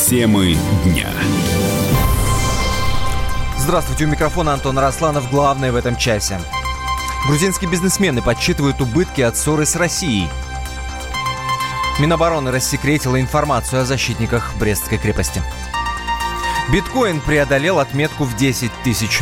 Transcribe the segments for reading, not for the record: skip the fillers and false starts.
Темы дня. Здравствуйте, у микрофона Антон Арасланов. Главное в этом часе. Грузинские бизнесмены подсчитывают убытки от ссоры с Россией. Минобороны рассекретила информацию о защитниках Брестской крепости. Биткоин преодолел отметку в $10 тысяч.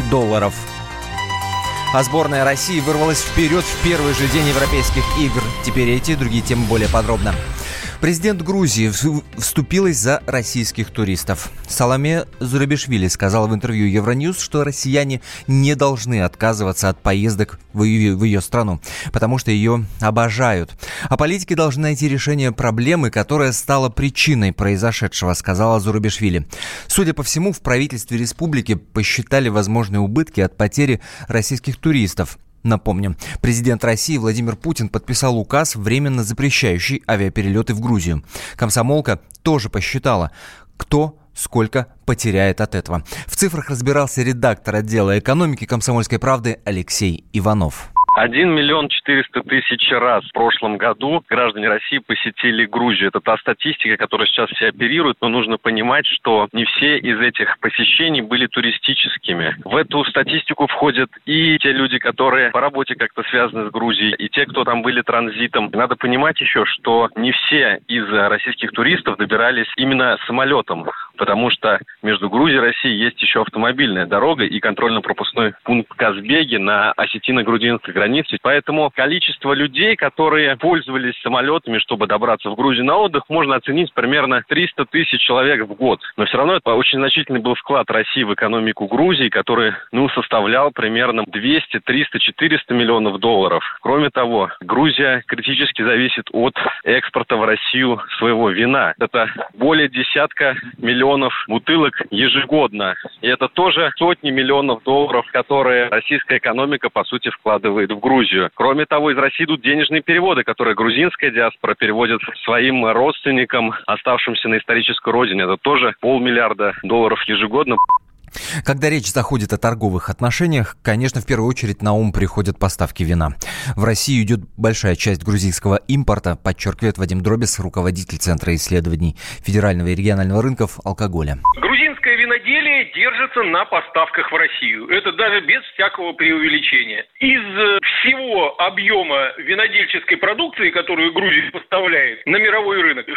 А сборная России вырвалась вперед в первый же день Европейских игр. Теперь эти и другие темы более подробно. Президент Грузии вступилась за российских туристов. Саломе Зурабишвили сказала в интервью Евроньюз, что россияне не должны отказываться от поездок в ее страну, потому что ее обожают. А политики должны найти решение проблемы, которая стала причиной произошедшего, сказала Зурабишвили. Судя по всему, в правительстве республики посчитали возможные убытки от потери российских туристов. Напомним, президент России Владимир Путин подписал указ, временно запрещающий авиаперелеты в Грузию. Комсомолка тоже посчитала, кто сколько потеряет от этого. В цифрах разбирался редактор отдела экономики «Комсомольской правды» Алексей Иванов. 1 400 000 раз в прошлом году граждане России посетили Грузию. Это та статистика, которой сейчас все оперируют, но нужно понимать, что не все из этих посещений были туристическими. В эту статистику входят и те люди, которые по работе как-то связаны с Грузией, и те, кто там были транзитом. Надо понимать еще, что не все из российских туристов добирались именно самолетом, потому что между Грузией и Россией есть еще автомобильная дорога и контрольно-пропускной пункт в Казбеге на осетино-грузинской границе. Поэтому количество людей, которые пользовались самолетами, чтобы добраться в Грузию на отдых, можно оценить примерно 300 000 человек в год. Но все равно это очень значительный был вклад России в экономику Грузии, который составлял примерно 200, 300, 400 миллионов долларов. Кроме того, Грузия критически зависит от экспорта в Россию своего вина. Это более 10 миллионов бутылок ежегодно. И это тоже сотни миллионов долларов, которые российская экономика, по сути, вкладывает в Грузию. Кроме того, из России идут денежные переводы, которые грузинская диаспора переводит своим родственникам, оставшимся на исторической родине. Это тоже $500 миллиарда ежегодно. Когда речь заходит о торговых отношениях, конечно, в первую очередь на ум приходят поставки вина. В Россию идет большая часть грузинского импорта, подчеркивает Вадим Дробис, руководитель Центра исследований федерального и регионального рынков алкоголя. Грузинское виноделие держится на поставках в Россию. Это даже без всякого преувеличения. Из всего объема винодельческой продукции, которую Грузия поставляет на мировой рынок,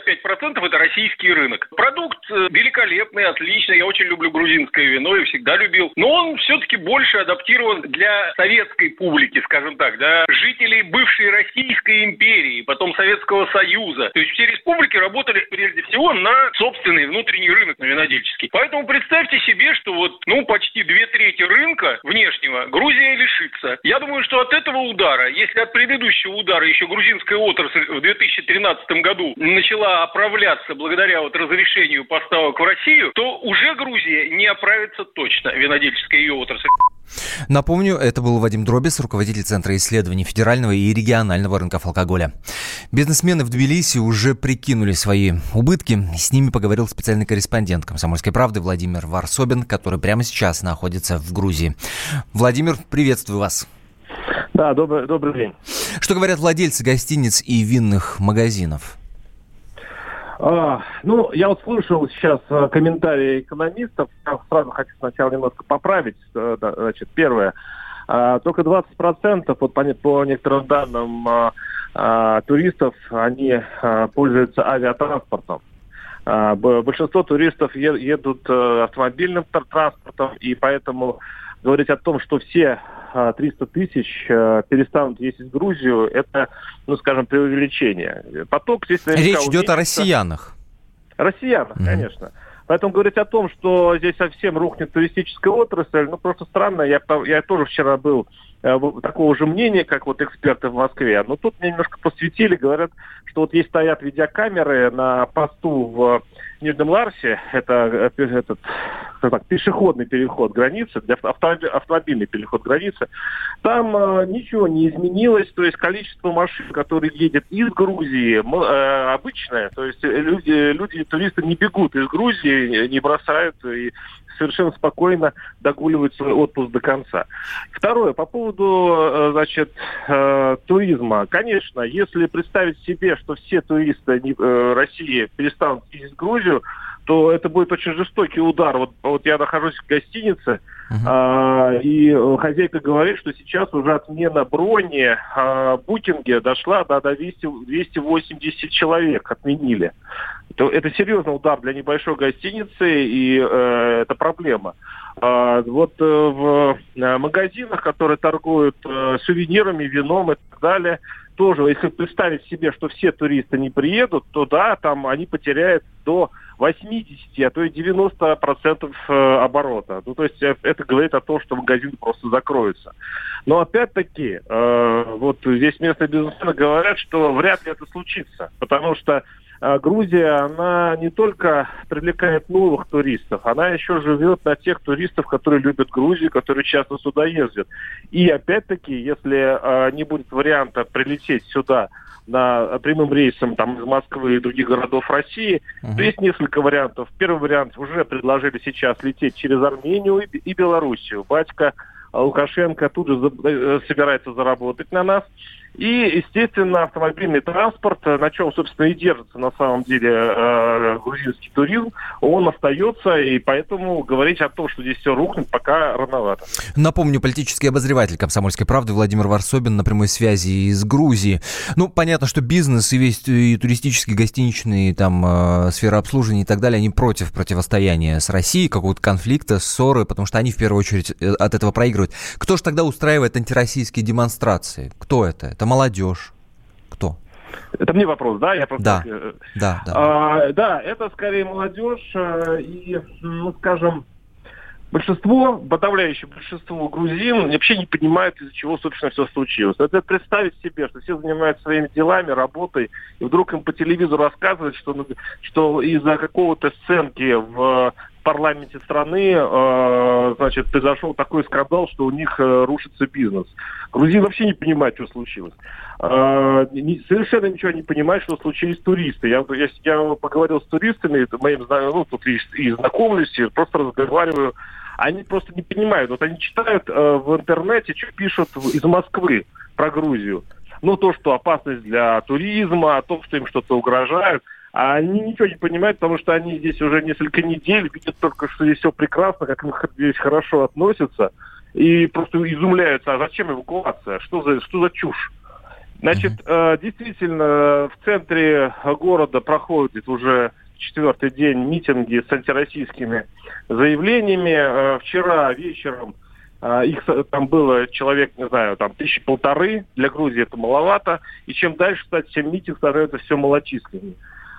65% это российский рынок. Продукт великолепный, отличный. Я очень люблю грузинское вино и всегда любил. Но он все-таки больше адаптирован для советской публики, скажем так, да, жителей бывшей Российской империи, потом Советского Союза. То есть все республики работали прежде всего на собственный внутренний рынок, на винодельческий. Поэтому представьте себе, что почти 2/3 рынка внешнего Грузия лишится. Я думаю, что от этого удара, если от предыдущего удара еще грузинская отрасль в 2013 году начала оправляться благодаря разрешению поставок в Россию, то уже Грузия не оправится точно, винодельческая ее отрасль. Напомню, это был Вадим Дробис, руководитель Центра исследований федерального и регионального рынков алкоголя. Бизнесмены в Тбилиси уже прикинули свои убытки. С ними поговорил специальный корреспондент «Комсомольской правды» Владимир Варсобин, который прямо сейчас находится в Грузии. Владимир, приветствую вас. Да, добрый день. Что говорят владельцы гостиниц и винных магазинов? Я слышал сейчас комментарии экономистов. Я сразу хочу сначала немножко поправить. Значит, первое. Только 20% по некоторым данным туристов, они пользуются авиатранспортом. Большинство туристов едут автомобильным транспортом, и поэтому говорить о том, что все 300 тысяч перестанут ездить в Грузию, это, преувеличение. Поток здесь речь идет о россиянах. Россиянах, конечно. Поэтому говорить о том, что здесь совсем рухнет туристическая отрасль, просто странно. Я тоже вчера был такого же мнения, как эксперты в Москве. Но тут мне немножко посвятили, говорят, что есть стоят видеокамеры на посту в Нижнем Ларсе, это пешеходный переход границы, автомобильный переход границы. Там ничего не изменилось, то есть количество машин, которые едут из Грузии, обычное, то есть люди, туристы не бегут из Грузии, не бросают и совершенно спокойно догуливают свой отпуск до конца. Второе, по поводу, туризма. Конечно, если представить себе, что все туристы России перестанут ездить в Грузию, что это будет очень жестокий удар. Вот я нахожусь в гостинице, и хозяйка говорит, что сейчас уже отмена брони в букинге дошла до 280 человек, отменили. Это серьезный удар для небольшой гостиницы, и это проблема. Вот в магазинах, которые торгуют сувенирами, вином и так далее, тоже, если представить себе, что все туристы не приедут, то да, там они потеряют до 80, а то и 90% оборота. То есть это говорит о том, что магазины просто закроются. Но опять-таки, вот здесь местные бизнесмены говорят, что вряд ли это случится, потому что Грузия, она не только привлекает новых туристов, она еще живет на тех туристов, которые любят Грузию, которые часто сюда ездят. И опять-таки, если не будет варианта прилететь сюда прямым рейсом из Москвы и других городов России, то есть несколько вариантов. Первый вариант уже предложили сейчас лететь через Армению и Белоруссию. Батька Лукашенко тут же собирается заработать на нас. И, естественно, автомобильный транспорт, на чем, собственно, и держится на самом деле грузинский туризм, он остается, и поэтому говорить о том, что здесь все рухнет, пока рановато. Напомню, политический обозреватель «Комсомольской правды» Владимир Варсобин на прямой связи из Грузии. Понятно, что бизнес и весь и туристический, гостиничный, сфера обслуживания и так далее, они против противостояния с Россией, какого-то конфликта, ссоры, потому что они в первую очередь от этого проигрывают. Кто же тогда устраивает антироссийские демонстрации? Кто это? Это молодежь. Кто? Это мне вопрос, да? Я просто... Да. Это скорее молодежь и, скажем, подавляющее большинство грузин вообще не понимают, из-за чего, собственно, все случилось. Это представить себе, что все занимаются своими делами, работой, и вдруг им по телевизору рассказывают, что из-за какого-то сценки в парламенте страны, произошел такой скандал, что у них рушится бизнес. Грузины вообще не понимают, что случилось. Совершенно ничего не понимают, что случились туристы. Я поговорил с туристами, моим тут и знакомлюсь, и просто разговариваю. Они просто не понимают. Вот они читают в интернете, что пишут из Москвы про Грузию. То, что опасность для туризма, о том, что им что-то угрожает. А они ничего не понимают, потому что они здесь уже несколько недель видят только, что здесь все прекрасно, как им здесь хорошо относятся, и просто изумляются, а зачем эвакуация, что за чушь? Значит, действительно, в центре города проходит уже 4-й день митинги с антироссийскими заявлениями. Вчера вечером их там было человек, 1500. Для Грузии это маловато. И чем дальше, кстати, тем митинг становится все малочисленнее.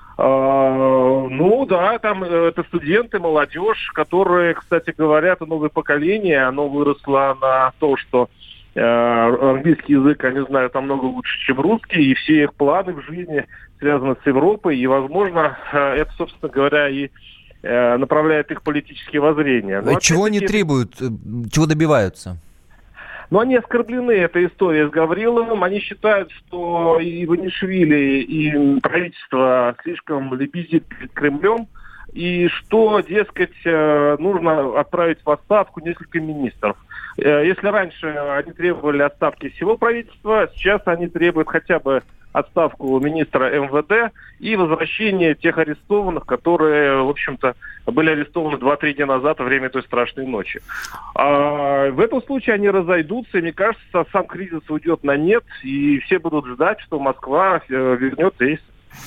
Это студенты, молодежь, которые, кстати говоря, это новое поколение, оно выросло на то, что английский язык они знают намного лучше, чем русский, и все их планы в жизни связаны с Европой, и, возможно, это, собственно говоря, и направляет их политические воззрения. Чего они требуют, чего добиваются? Они оскорблены этой историей с Гавриловым. Они считают, что и Иванишвили, и правительство слишком лебезит перед Кремлем, и что, дескать, нужно отправить в отставку несколько министров. Если раньше они требовали отставки всего правительства, сейчас они требуют хотя бы отставку министра МВД и возвращение тех арестованных, которые, в общем-то, были арестованы 2-3 дня назад во время той страшной ночи. В этом случае они разойдутся, и, мне кажется, сам кризис уйдет на нет, и все будут ждать, что Москва вернет рейс.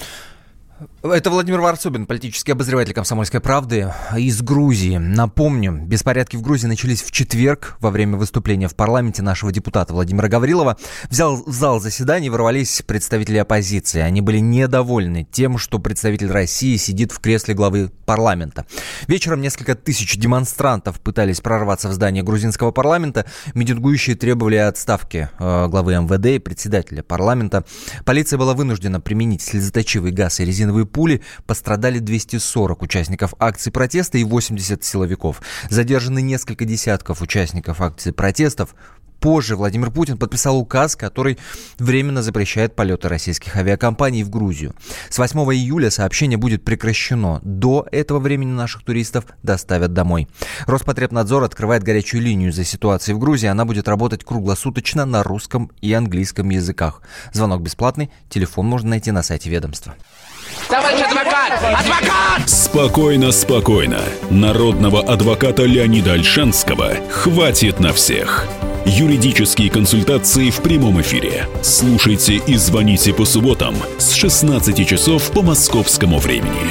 Это Владимир Варсобин, политический обозреватель «Комсомольской правды» из Грузии. Напомню, беспорядки в Грузии начались в четверг во время выступления в парламенте нашего депутата Владимира Гаврилова. В зал заседаний ворвались представители оппозиции. Они были недовольны тем, что представитель России сидит в кресле главы парламента. Вечером несколько тысяч демонстрантов пытались прорваться в здание грузинского парламента. Митингующие требовали отставки главы МВД и председателя парламента. Полиция была вынуждена применить слезоточивый газ и резиновые пули. Пострадали 240 участников акций протеста и 80 силовиков. Задержаны несколько десятков участников акций протестов. Позже Владимир Путин подписал указ, который временно запрещает полеты российских авиакомпаний в Грузию. С 8 июля сообщение будет прекращено. До этого времени наших туристов доставят домой. Роспотребнадзор открывает горячую линию за ситуацией в Грузии. Она будет работать круглосуточно на русском и английском языках. Звонок бесплатный. Телефон можно найти на сайте ведомства. Товарищ адвокат! Адвокат! Спокойно, спокойно. Народного адвоката Леонида Ольшанского хватит на всех. Юридические консультации в прямом эфире. Слушайте и звоните по субботам с 16 часов по московскому времени.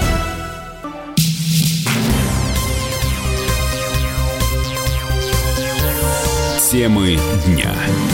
Темы дня.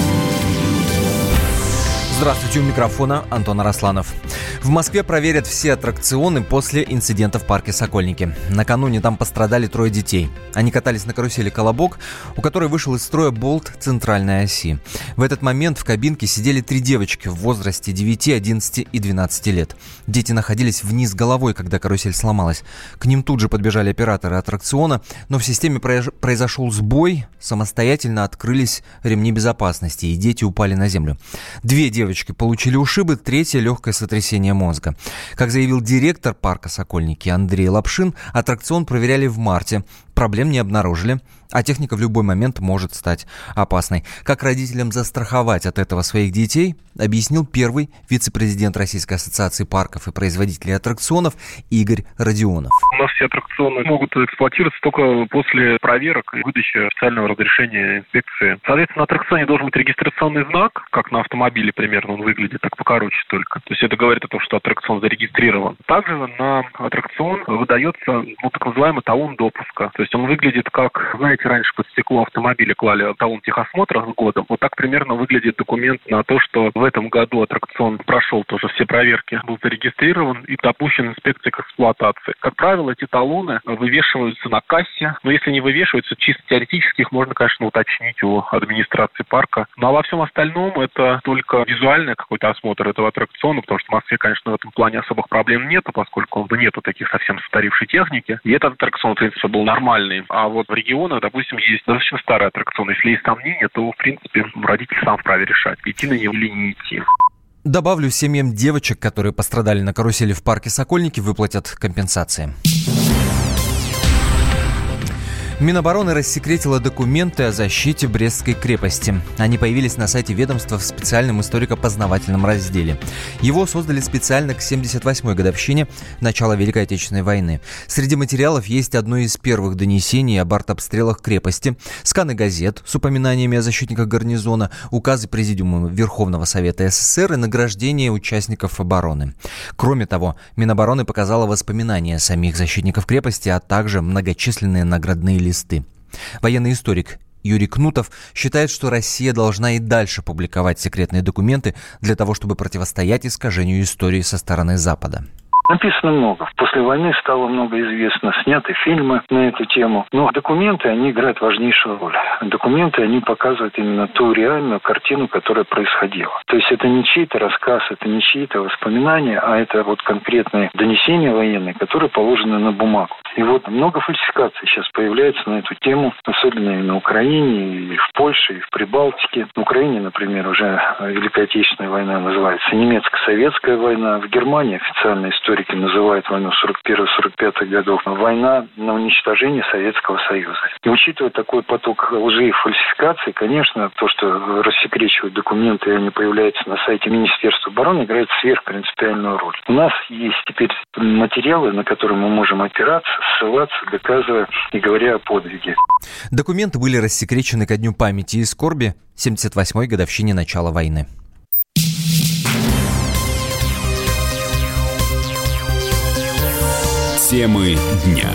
Здравствуйте, у микрофона Антон Арасланов. В Москве проверят все аттракционы после инцидента в парке «Сокольники». Накануне там пострадали 3 детей. Они катались на карусели «Колобок», у которой вышел из строя болт центральной оси. В этот момент в кабинке сидели 3 девочки в возрасте 9, 11 и 12 лет. Дети находились вниз головой, когда карусель сломалась. К ним тут же подбежали операторы аттракциона, но в системе произошел сбой, самостоятельно открылись ремни безопасности, и дети упали на землю. 2 девочки получили ушибы, 3 легкое сотрясение мозга. Как заявил директор парка «Сокольники» Андрей Лапшин, аттракцион проверяли в марте. Проблем не обнаружили, а техника в любой момент может стать опасной. Как родителям застраховать от этого своих детей, объяснил первый вице-президент Российской ассоциации парков и производителей аттракционов Игорь Родионов. У нас все аттракционы могут эксплуатироваться только после проверок и выдачи официального разрешения инспекции. Соответственно, на аттракционе должен быть регистрационный знак, как на автомобиле примерно он выглядит, так покороче только. То есть это говорит о том, что аттракцион зарегистрирован. Также на аттракцион выдается так называемый талон допуска. То есть он выглядит как, знаете, раньше под стекло автомобиля клали талон техосмотра с годом. Вот так примерно выглядит документ на то, что в этом году аттракцион прошел тоже все проверки, был зарегистрирован и допущен инспекцией к эксплуатации. Как правило, эти талоны вывешиваются на кассе, но если не вывешиваются, чисто теоретически их можно, конечно, уточнить у администрации парка. Ну а во всем остальном это только визуальный какой-то осмотр этого аттракциона, потому что в Москве, конечно, в этом плане особых проблем нету, поскольку нету таких совсем устаревшей техники. И этот аттракцион, в принципе, был нормальный. А вот в регионах, допустим, есть достаточно старый аттракцион. Если есть сомнения, то, в принципе, родитель сам вправе решать, идти на него или не идти. Добавлю, семьям девочек, которые пострадали на карусели в парке «Сокольники», выплатят компенсации. Минобороны рассекретило документы о защите Брестской крепости. Они появились на сайте ведомства в специальном историко-познавательном разделе. Его создали специально к 78-й годовщине начала Великой Отечественной войны. Среди материалов есть одно из первых донесений об артобстрелах крепости, сканы газет с упоминаниями о защитниках гарнизона, указы Президиума Верховного Совета СССР и награждение участников обороны. Кроме того, Минобороны показало воспоминания самих защитников крепости, а также многочисленные наградные листы. Военный историк Юрий Кнутов считает, что Россия должна и дальше публиковать секретные документы для того, чтобы противостоять искажению истории со стороны Запада. Написано много. После войны стало много известно, сняты фильмы на эту тему. Но документы, они играют важнейшую роль. Документы, они показывают именно ту реальную картину, которая происходила. То есть это не чей-то рассказ, это не чьи-то воспоминания, а это вот конкретные донесения военные, которые положены на бумагу. И вот много фальсификаций сейчас появляется на эту тему, особенно и на Украине, и в Польше, и в Прибалтике. На Украине, например, уже Великая Отечественная война называется немецко-советская война. В Германии официальная история называют войну 41-45 годов война на уничтожение Советского Союза. И учитывая такой поток лжи и фальсификаций, конечно, то, что рассекречивают документы, и они появляются на сайте Министерства обороны, играет сверхпринципиальную роль. У нас есть теперь материалы, на которые мы можем опираться, ссылаться, доказывая и говоря о подвиге. Документы были рассекречены ко Дню памяти и скорби 78-й годовщине начала войны. Темы дня.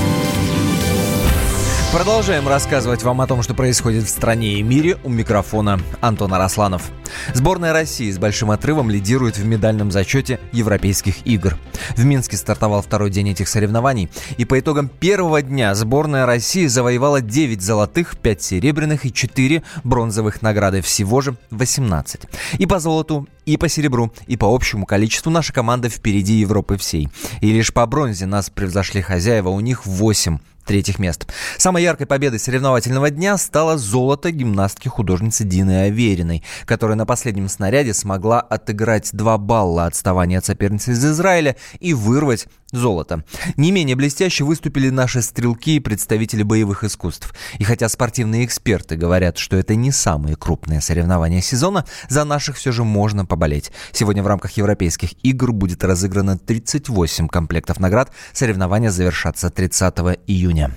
Продолжаем рассказывать вам о том, что происходит в стране и мире. У микрофона Антон Арасланов. Сборная России с большим отрывом лидирует в медальном зачете Европейских игр. В Минске стартовал второй день этих соревнований. И по итогам первого дня сборная России завоевала 9 золотых, 5 серебряных и 4 бронзовых награды. Всего же 18. И по золоту, и по серебру, и по общему количеству наша команда впереди Европы всей. И лишь по бронзе нас превзошли хозяева, у них 8 третьих мест. Самой яркой победой соревновательного дня стало золото гимнастки-художницы Дины Авериной, которая на последнем снаряде смогла отыграть 2 балла отставания от соперницы из Израиля и вырвать золото. Не менее блестяще выступили наши стрелки и представители боевых искусств. И хотя спортивные эксперты говорят, что это не самые крупные соревнования сезона, за наших все же можно поболеть. Сегодня в рамках Европейских игр будет разыграно 38 комплектов наград. Соревнования завершатся 30 июня.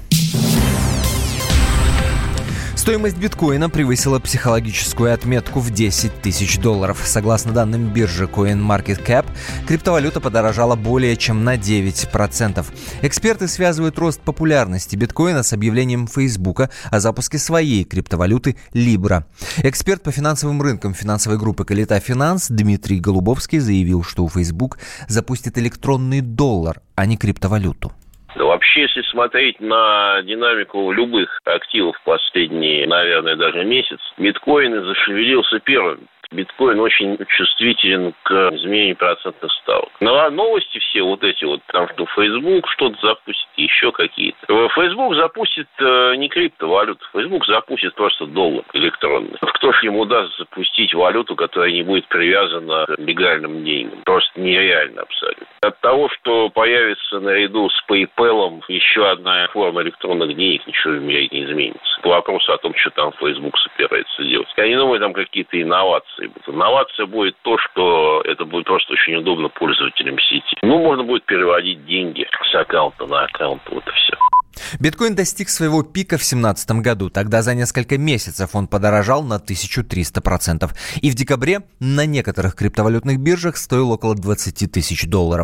Стоимость биткоина превысила психологическую отметку в $10 тысяч. Согласно данным биржи CoinMarketCap, криптовалюта подорожала более чем на 9%. Эксперты связывают рост популярности биткоина с объявлением Фейсбука о запуске своей криптовалюты Libra. Эксперт по финансовым рынкам финансовой группы Калита Финанс Дмитрий Голубовский заявил, что Facebook запустит электронный доллар, а не криптовалюту. Да вообще, если смотреть на динамику любых активов в последние, наверное, даже месяц, биткоин зашевелился первым. Биткоин очень чувствителен к изменению процентных ставок. На новости все вот эти вот, там что Facebook что-то запустит, еще какие-то. Facebook запустит не криптовалюту, Facebook запустит просто доллар электронный. Кто же ему даст запустить валюту, которая не будет привязана к легальным деньгам? Просто нереально абсолютно. От того, что появится наряду с PayPal еще одна форма электронных денег, ничего в мире не изменится. По вопросу о том, что там Facebook собирается делать. Я не думаю, там какие-то инновации. Инновация будет то, что это будет просто очень удобно пользователям сети. Можно будет переводить деньги с аккаунта на аккаунт, вот и все. Биткоин достиг своего пика в 2017 году. Тогда за несколько месяцев он подорожал на 1300%. И в декабре на некоторых криптовалютных биржах стоил около $20 тысяч.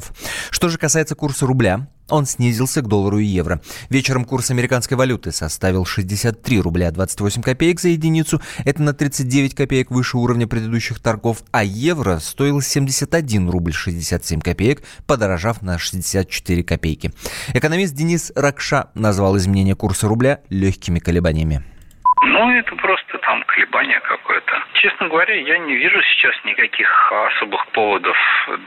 Что же касается курса рубля, он снизился к доллару и евро. Вечером курс американской валюты составил 63 рубля 28 копеек за единицу. Это на 39 копеек выше уровня предыдущих торгов. А евро стоил 71 рубль 67 копеек, подорожав на 64 копейки. Экономист Денис Ракша назвал изменение курса рубля легкими колебаниями. Это просто там колебание какое-то. Честно говоря, я не вижу сейчас никаких особых поводов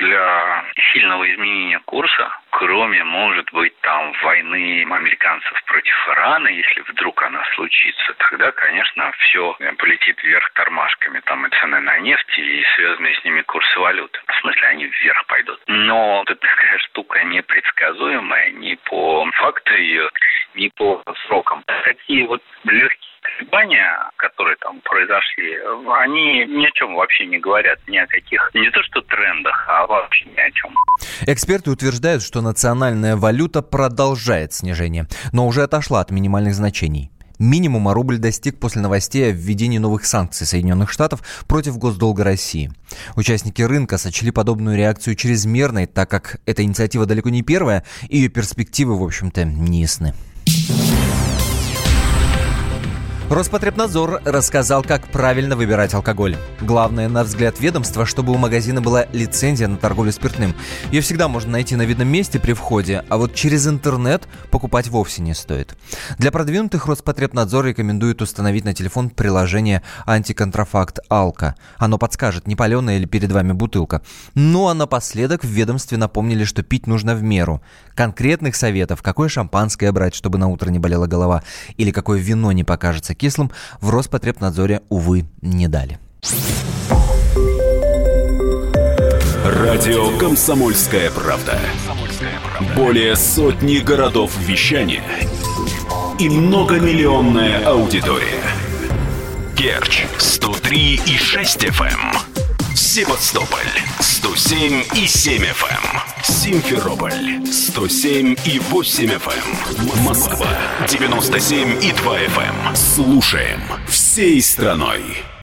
для сильного изменения курса, кроме, может быть, там войны американцев против Ирана. Если вдруг она случится, тогда, конечно, все полетит вверх тормашками. Там и цены на нефть, и связанные с ними курсы валют. В смысле, они вверх пойдут. Но это такая штука непредсказуемая ни по факту ее, ни по срокам. Такие вот легкие колебания, которые там произошли, они ни о чем вообще не говорят, ни о каких, не то что трендах, а вообще ни о чем. Эксперты утверждают, что национальная валюта продолжает снижение, но уже отошла от минимальных значений. Минимума рубль достиг после новостей о введении новых санкций Соединенных Штатов против госдолга России. Участники рынка сочли подобную реакцию чрезмерной, так как эта инициатива далеко не первая, и ее перспективы, в общем-то, не ясны. Роспотребнадзор рассказал, как правильно выбирать алкоголь. Главное, на взгляд ведомства, чтобы у магазина была лицензия на торговлю спиртным. Ее всегда можно найти на видном месте при входе, а вот через интернет покупать вовсе не стоит. Для продвинутых Роспотребнадзор рекомендует установить на телефон приложение «Антиконтрафакт Алко». Оно подскажет, не паленая или перед вами бутылка. Ну а напоследок в ведомстве напомнили, что пить нужно в меру. Конкретных советов, какое шампанское брать, чтобы на утро не болела голова, или какое вино не покажется кислым, в Роспотребнадзоре, увы, не дали. Радио «Комсомольская правда». Более сотни городов вещания и многомиллионная аудитория. Керчь 103,6 FM. Севастополь 107,7 FM. Симферополь 107,8 FM. Москва 97,2 FM. Слушаем всей страной.